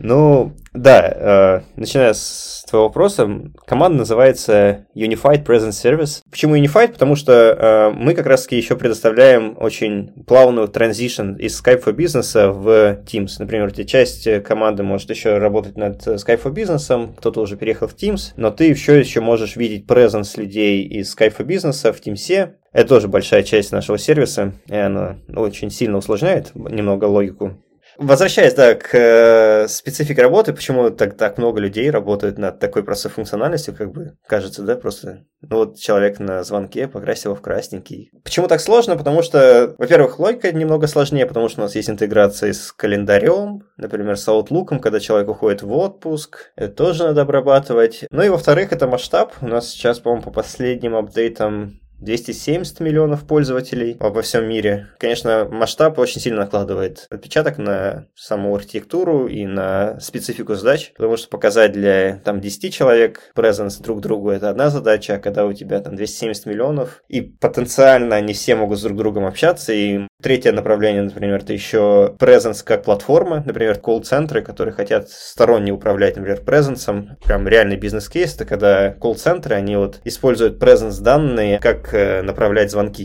Начиная с твоего вопроса, команда называется Unified Presence Service. Почему Unified? Потому что мы как раз-таки еще предоставляем очень плавную транзишн из Skype for Business в Teams. Например, часть команды может еще работать над Skype for Business, кто-то уже переехал в Teams, но ты еще можешь видеть presence людей из Skype for Business в Teams. Это тоже большая часть нашего сервиса, и она очень сильно усложняет немного логику. Возвращаясь, к специфике работы, почему так много людей работают над такой простой функциональностью, кажется, просто, человек на звонке, покрась его в красненький. Почему так сложно? Потому что, во-первых, логика немного сложнее, потому что у нас есть интеграция с календарем, например, с Outlook, когда человек уходит в отпуск, это тоже надо обрабатывать. И, во-вторых, это масштаб. У нас сейчас, по-моему, по последним апдейтам 270 миллионов пользователей во всем мире. Конечно, масштаб очень сильно накладывает отпечаток на саму архитектуру и на специфику задач, потому что показать для 10 человек presence друг другу — это одна задача, а когда у тебя 270 миллионов, и потенциально они все могут с друг другом общаться, и третье направление, например, это еще presence как платформа, например, колл-центры, которые хотят сторонне управлять, например, презенсом. Прям реальный бизнес-кейс — это когда колл-центры, они используют presence данные как направлять звонки.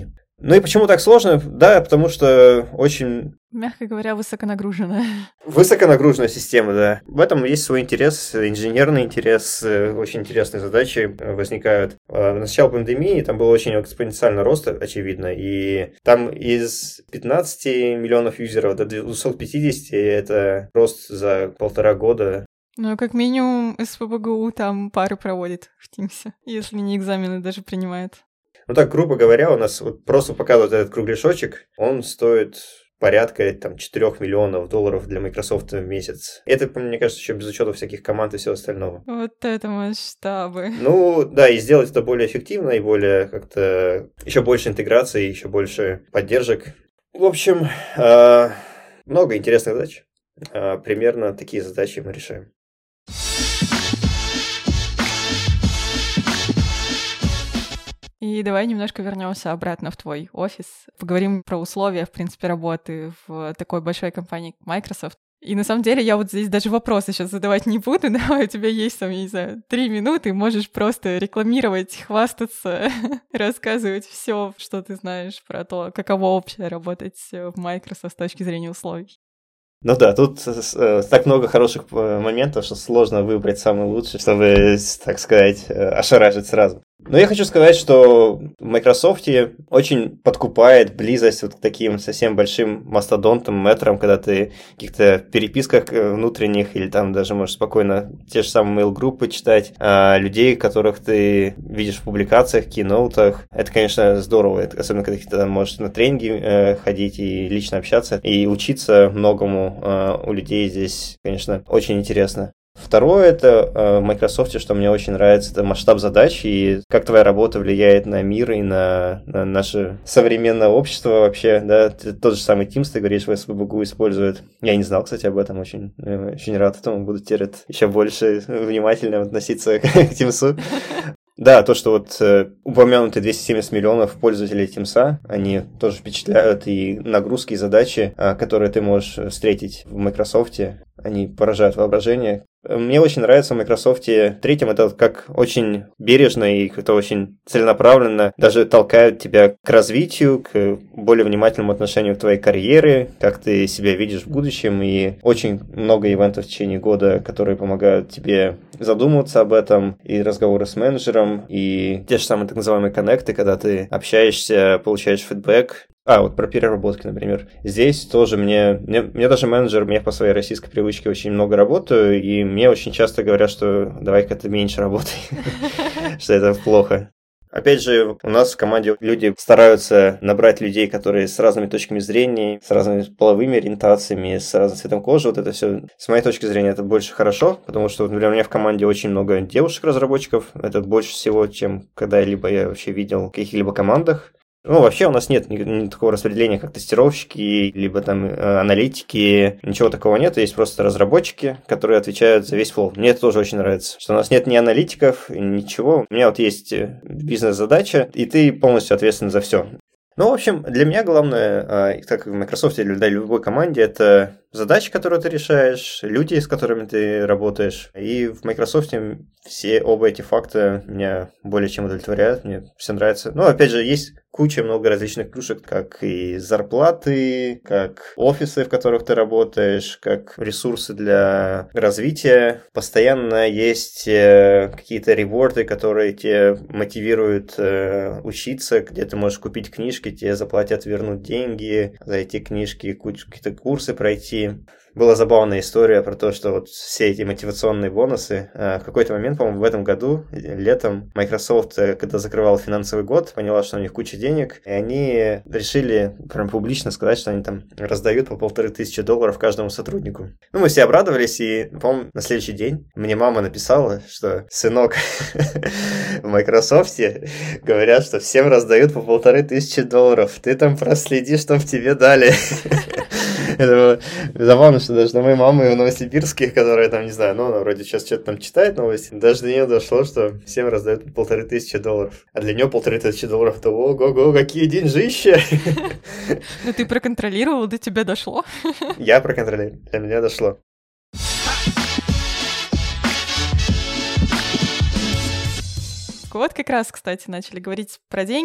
Ну и почему так сложно? Да, потому что очень... Мягко говоря, высоконагруженная. Высоконагруженная система, да. В этом есть свой интерес, инженерный интерес, очень интересные задачи возникают. На начало пандемии там был очень экспоненциальный рост, очевидно, и там из 15 миллионов юзеров до 250 это рост за 1,5 года. Ну, как минимум, СПбГУ там пары проводит в Тимсе, если не экзамены даже принимает. Ну так, грубо говоря, у нас вот просто показывают этот кругляшочек, он стоит порядка там, $4 миллионов для Microsoft в месяц. Это, мне кажется, еще без учета всяких команд и всего остального. Вот это масштабы. Ну, да, и сделать это более эффективно и более как-то... Еще больше интеграции, еще больше поддержек. В общем, много интересных задач. Примерно такие задачи мы решаем. И давай немножко вернемся обратно в твой офис. Поговорим про условия, в принципе, работы в такой большой компании, как Microsoft. И на самом деле я вот здесь даже вопросы сейчас задавать не буду, да, у тебя есть там, я не знаю, 3 минуты, можешь просто рекламировать, хвастаться, рассказывать все, что ты знаешь про то, каково вообще работать в Microsoft с точки зрения условий. Ну да, тут так много хороших моментов, что сложно выбрать самый лучший, чтобы, так сказать, ошарашить сразу. Но я хочу сказать, что в Microsoft очень подкупает близость вот к таким совсем большим мастодонтам, метрам, когда ты в каких-то переписках внутренних или там даже можешь спокойно те же самые mail-группы читать, людей, которых ты видишь в публикациях, кейноутах. Это, конечно, здорово, особенно когда ты можешь на тренинги ходить и лично общаться, и учиться многому у людей здесь, конечно, очень интересно. Второе, это в Microsoft, что мне очень нравится, это масштаб задач и как твоя работа влияет на мир и на наше современное общество вообще, да, тот же самый Teams, ты говоришь, в СПбГУ используют. Я не знал, кстати, об этом, очень рад этому, буду теперь еще больше внимательно относиться к Teams. Да, то, что вот упомянутые 270 миллионов пользователей Teams, они тоже впечатляют, и нагрузки, и задачи, которые ты можешь встретить в Microsoft, они поражают воображение. Мне очень нравится в Microsoft третьем, это как очень бережно и как-то очень целенаправленно даже толкают тебя к развитию, к более внимательному отношению к твоей карьере, как ты себя видишь в будущем, и очень много ивентов в течение года, которые помогают тебе задумываться об этом, и разговоры с менеджером, и те же самые так называемые коннекты, когда ты общаешься, получаешь фидбэк. Вот про переработки, например. Здесь тоже мне даже менеджер, я по своей российской привычке очень много работаю, и мне очень часто говорят, что давай-ка ты меньше работай, что это плохо. Опять же, у нас в команде люди стараются набрать людей, которые с разными точками зрения, с разными половыми ориентациями, с разным цветом кожи. Вот это все, с моей точки зрения, это больше хорошо, потому что, например, у меня в команде очень много девушек-разработчиков. Это больше всего, чем когда-либо я вообще видел в каких-либо командах. Ну, вообще у нас нет такого распределения, как тестировщики, либо там аналитики, ничего такого нет, есть просто разработчики, которые отвечают за весь флоу. Мне это тоже очень нравится, что у нас нет ни аналитиков, ничего. У меня вот есть бизнес-задача, и ты полностью ответственен за все. Ну, в общем, для меня главное, как в Microsoft или в любой команде, это задачи, которые ты решаешь, люди, с которыми ты работаешь. И в Microsoft оба эти факта меня более чем удовлетворяют, мне все нравится. Ну, опять же, есть куча много различных плюшек, как и зарплаты, как офисы, в которых ты работаешь, как ресурсы для развития. Постоянно есть какие-то реворды, которые тебя мотивируют учиться, где ты можешь купить книжки, тебе заплатят вернуть деньги за эти книжки, какие-то курсы пройти. Была забавная история про то, что вот все эти мотивационные бонусы. В какой-то момент, по-моему, в этом году, летом, Microsoft, когда закрывал финансовый год, поняла, что у них куча денег, и они решили прям публично сказать, что они там раздают по $1500 каждому сотруднику. Ну, мы все обрадовались, и, по-моему, на следующий день мне мама написала, что сынок, в Microsoft говорят, что всем раздают по $1500, ты там проследи, чтоб тебе дали. Это забавно, что даже до моей мамы в Новосибирске, которая там, не знаю, она вроде сейчас что-то там читает новости, даже до нее дошло, что всем раздают $1500. А для нее $1500 это ого-го, какие деньжища! Ну ты проконтролировал, до тебя дошло? Я проконтролировал, до меня дошло. Вот как раз, кстати, начали говорить про деньги.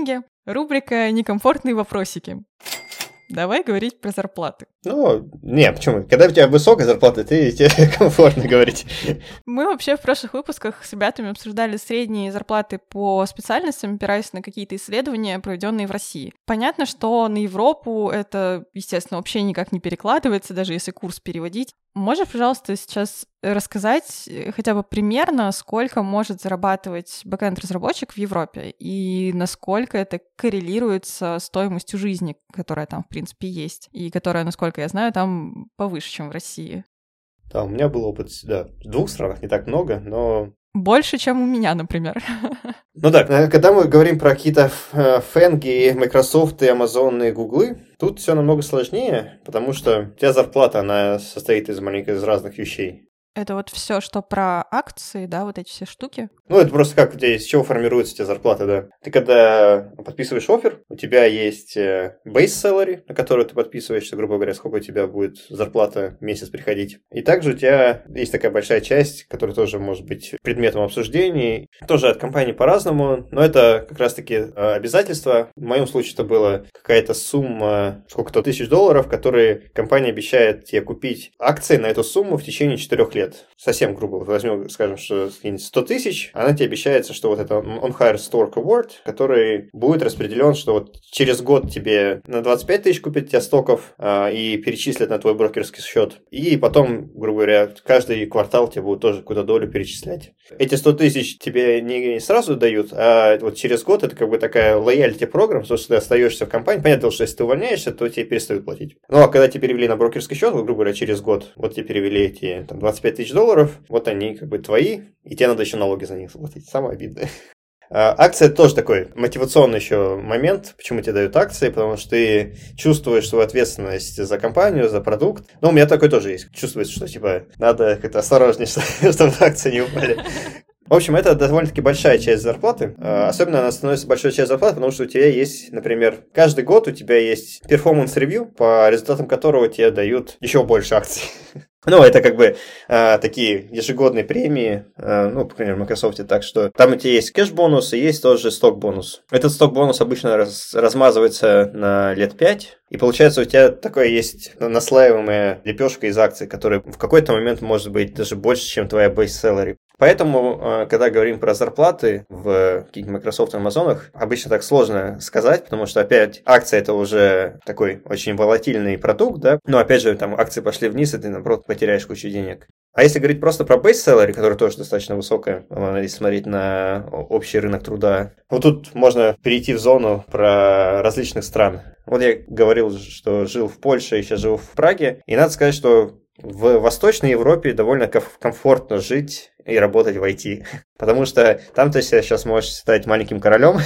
Рубрика «Некомфортные вопросики». Давай говорить про зарплаты. Ну, не, почему? Когда у тебя высокая зарплата, тебе комфортно говорить. Мы вообще в прошлых выпусках с ребятами обсуждали средние зарплаты по специальностям, опираясь на какие-то исследования, проведенные в России. Понятно, что на Европу это, естественно, вообще никак не перекладывается, даже если курс переводить. Можешь, пожалуйста, сейчас рассказать хотя бы примерно, сколько может зарабатывать бэкэнд-разработчик в Европе и насколько это коррелирует со стоимостью жизни, которая там, в принципе, есть, и которая, насколько я знаю, там повыше, чем в России? Да, у меня был опыт, да, в 2 странах, не так много, но... Больше, чем у меня, например. Ну да, когда мы говорим про какие-то Фэнги, Microsoft, Amazon и Google, тут все намного сложнее, потому что у тебя зарплата, она состоит из разных вещей. Это вот все, что про акции, да, вот эти все штуки? Ну, это просто как у тебя из чего формируется у тебя зарплата, да. Ты когда подписываешь оффер, у тебя есть base salary, на который ты подписываешься, грубо говоря, сколько у тебя будет зарплата в месяц приходить. И также у тебя есть такая большая часть, которая тоже может быть предметом обсуждений. Тоже от компании по-разному, но это как раз-таки обязательства. В моем случае это была какая-то сумма, сколько-то $1000, которые компания обещает тебе купить акции на эту сумму в течение 4 лет. Совсем грубо. Возьмем, скажем, что 100 тысяч, она тебе обещается, что вот это on-hire Stork Award, который будет распределен, что вот через год тебе на 25 тысяч купят тебе стоков и перечислят на твой брокерский счет. И потом, грубо говоря, каждый квартал тебе будут тоже какую-то долю перечислять. Эти 100 тысяч тебе не сразу дают, а вот через год это как бы такая loyalty программа, потому что ты остаешься в компании. Понятно, что если ты увольняешься, то тебе перестают платить. Ну, а когда тебе перевели на брокерский счет, грубо говоря, через год, вот тебе перевели эти там, 25 тысяч долларов, вот они как бы твои, и тебе надо еще налоги за них заплатить. Самое обидное. Акция тоже такой мотивационный еще момент, почему тебе дают акции, потому что ты чувствуешь свою ответственность за компанию, за продукт. Ну, у меня такой тоже есть. Чувствуется, что типа надо как-то осторожнее, чтобы акции не упали. В общем, это довольно-таки большая часть зарплаты. Особенно она становится большой частью зарплаты, потому что у тебя есть, например, каждый год у тебя есть перформанс-ревью, по результатам которого тебе дают еще больше акций. Ну, это как бы такие ежегодные премии, ну, по крайней мере, в Microsoft, так что там у тебя есть кэш-бонус и есть тоже сток-бонус. Этот сток-бонус обычно размазывается на лет 5, и получается у тебя такое есть наслаиваемая лепешка из акций, которая в какой-то момент может быть даже больше, чем твоя base salary. Поэтому, когда говорим про зарплаты в каких-то Microsoft и Amazon, обычно так сложно сказать, потому что, опять, акция – это уже такой очень волатильный продукт, да, но, опять же, там акции пошли вниз, и ты, наоборот, потеряешь кучу денег. А если говорить просто про base salary, которая тоже достаточно высокая, если смотреть на общий рынок труда, вот тут можно перейти в зону про различных стран. Вот я говорил, что жил в Польше, сейчас живу в Праге, и надо сказать, что в Восточной Европе довольно комфортно жить и работать в IT. Потому что там ты сейчас можешь стать маленьким королем,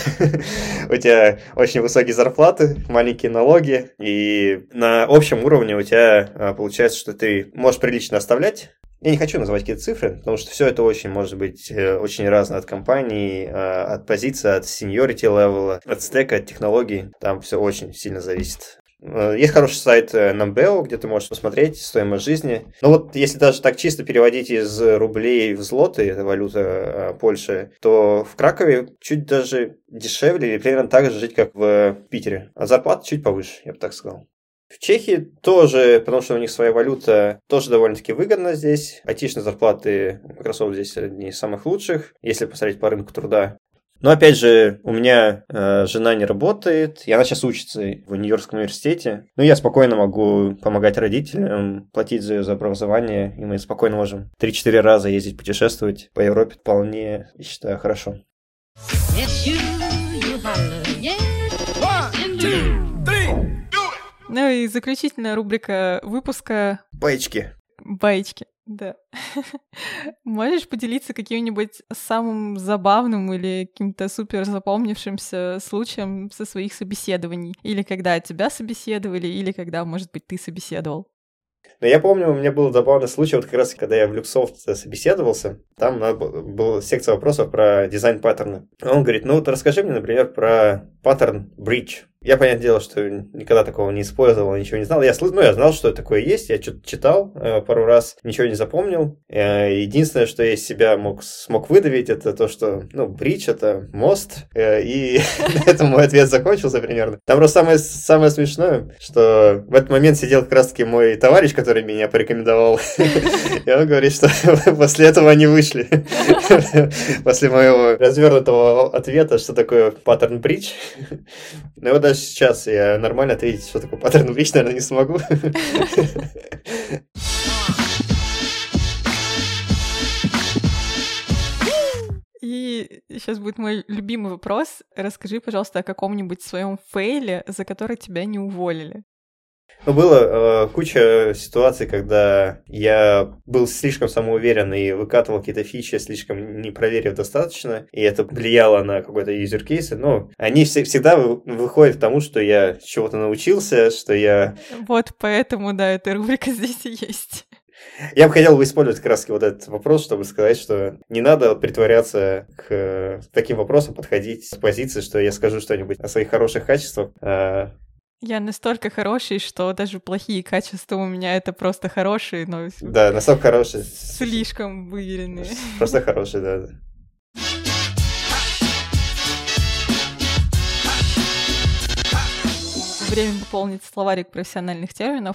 у тебя очень высокие зарплаты, маленькие налоги, и на общем уровне у тебя получается, что ты можешь прилично оставлять. Я не хочу называть какие-то цифры, потому что все это очень может быть очень разное от компании, от позиции, от seniority level, от стека, от технологий. Там все очень сильно зависит. Есть хороший сайт Numbeo, где ты можешь посмотреть стоимость жизни. Но вот если даже так чисто переводить из рублей в злоты, это валюта Польши, то в Кракове чуть даже дешевле или примерно так же жить, как в Питере. А зарплата чуть повыше, я бы так сказал. В Чехии тоже, потому что у них своя валюта, тоже довольно-таки выгодно здесь. Айтишные зарплаты Microsoft здесь одни из самых лучших, если посмотреть по рынку труда. Но опять же, у меня жена не работает, и она сейчас учится в Нью-Йоркском университете. Ну, я спокойно могу помогать родителям, платить за ее образование, и мы спокойно можем 3-4 раза ездить путешествовать по Европе. Вполне, я считаю, хорошо. Ну и заключительная рубрика выпуска. Баечки. Баечки. Да. Можешь поделиться каким-нибудь самым забавным или каким-то супер запомнившимся случаем со своих собеседований? Или когда тебя собеседовали, или когда, может быть, ты собеседовал? Но я помню, у меня был забавный случай, вот как раз, когда я в Luxoft собеседовался, там была секция вопросов про дизайн-паттерны. Он говорит, ну вот расскажи мне, например, про паттерн bridge. Я, понятное дело, что никогда такого не использовал, ничего не знал. Я знал, что такое есть, я что-то читал пару раз, ничего не запомнил. Единственное, что я из себя смог выдавить, это то, что, бридж — это мост, и на этом мой ответ закончился примерно. Там просто самое смешное, что в этот момент сидел как раз-таки мой товарищ, который меня порекомендовал, и он говорит, что после этого они вышли. После моего развернутого ответа, что такое паттерн бридж. Но вот даже сейчас я нормально ответить, что такое паттерн бридж, наверное, не смогу. И сейчас будет мой любимый вопрос. Расскажи, пожалуйста, о каком-нибудь своем фейле, за который тебя не уволили. Было куча ситуаций, когда я был слишком самоуверен и выкатывал какие-то фичи, слишком не проверив достаточно, и это влияло на какой-то юзер-кейс. Но они всегда выходят к тому, что я чего-то научился, что я... Вот поэтому, да, эта рубрика здесь и есть. Я бы хотел использовать как раз вот этот вопрос, чтобы сказать, что не надо притворяться к таким вопросам, подходить с позиции, что я скажу что-нибудь о своих хороших качествах. Я настолько хороший, что даже плохие качества у меня — это просто хорошие, но... Да, настолько хорошие. Слишком выверенные. Просто хорошие, да. Время пополнить словарик профессиональных терминов.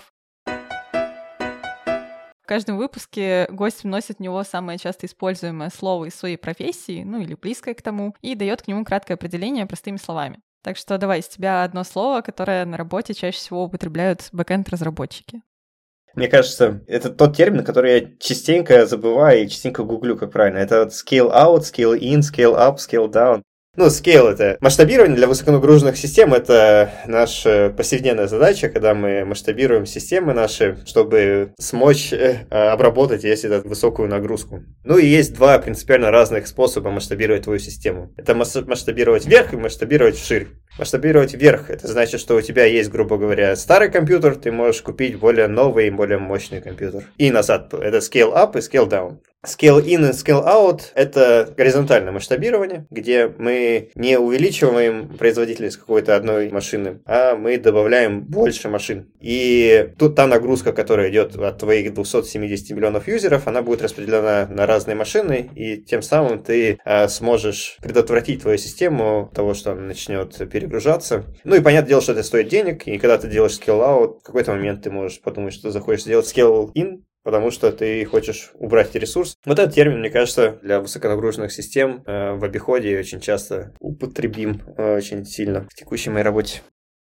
В каждом выпуске гость вносит в него самое часто используемое слово из своей профессии, или близкое к тому, и дает к нему краткое определение простыми словами. Так что давай, с тебя одно слово, которое на работе чаще всего употребляют бэкэнд-разработчики. Мне кажется, это тот термин, который я частенько забываю и частенько гуглю, как правильно. Это scale out, scale in, scale up, scale down. Scale — это масштабирование для высоконагруженных систем. Это наша повседневная задача, когда мы масштабируем системы наши, чтобы смочь обработать, если это высокую нагрузку. И есть два принципиально разных способа масштабировать твою систему. Это масштабировать вверх и масштабировать вширь. Масштабировать вверх — это значит, что у тебя есть, грубо говоря, старый компьютер, ты можешь купить более новый и более мощный компьютер. И назад. Это scale up и scale down. Scale in и scale out — это горизонтальное масштабирование, где мы не увеличиваем производительность какой-то одной машины, а мы добавляем больше машин. И тут та нагрузка, которая идет от твоих 270 миллионов юзеров, она будет распределена на разные машины, и тем самым ты сможешь предотвратить твою систему того, что она начнет перегружаться. И понятное дело, что это стоит денег, и когда ты делаешь scale out, в какой-то момент ты можешь подумать, что ты захочешь сделать scale in, потому что ты хочешь убрать ресурс. Вот этот термин, мне кажется, для высоконагруженных систем в обиходе очень часто употребим очень сильно в текущей моей работе.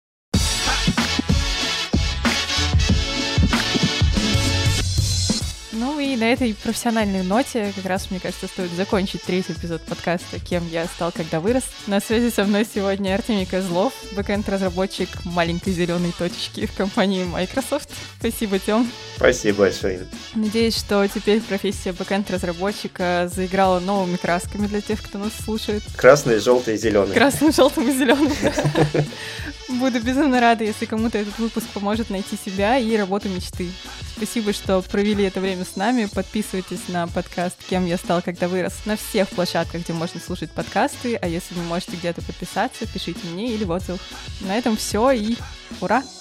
И на этой профессиональной ноте как раз, мне кажется, стоит закончить третий эпизод подкаста «Кем я стал, когда вырос». На связи со мной сегодня Артемий Козлов, бэкэнд-разработчик маленькой зеленой точки в компании Microsoft. Спасибо, Тём. Спасибо большое. Надеюсь, что теперь профессия бэкэнд-разработчика заиграла новыми красками для тех, кто нас слушает. Красный, желтый и зеленый. Красным, желтым и зеленым. Буду безумно рада, если кому-то этот выпуск поможет найти себя и работу мечты. Спасибо, что провели это время с нами. Подписывайтесь на подкаст «Кем я стал, когда вырос» на всех площадках, где можно слушать подкасты. А если вы можете где-то подписаться, пишите мне или в отзывах. На этом все и ура!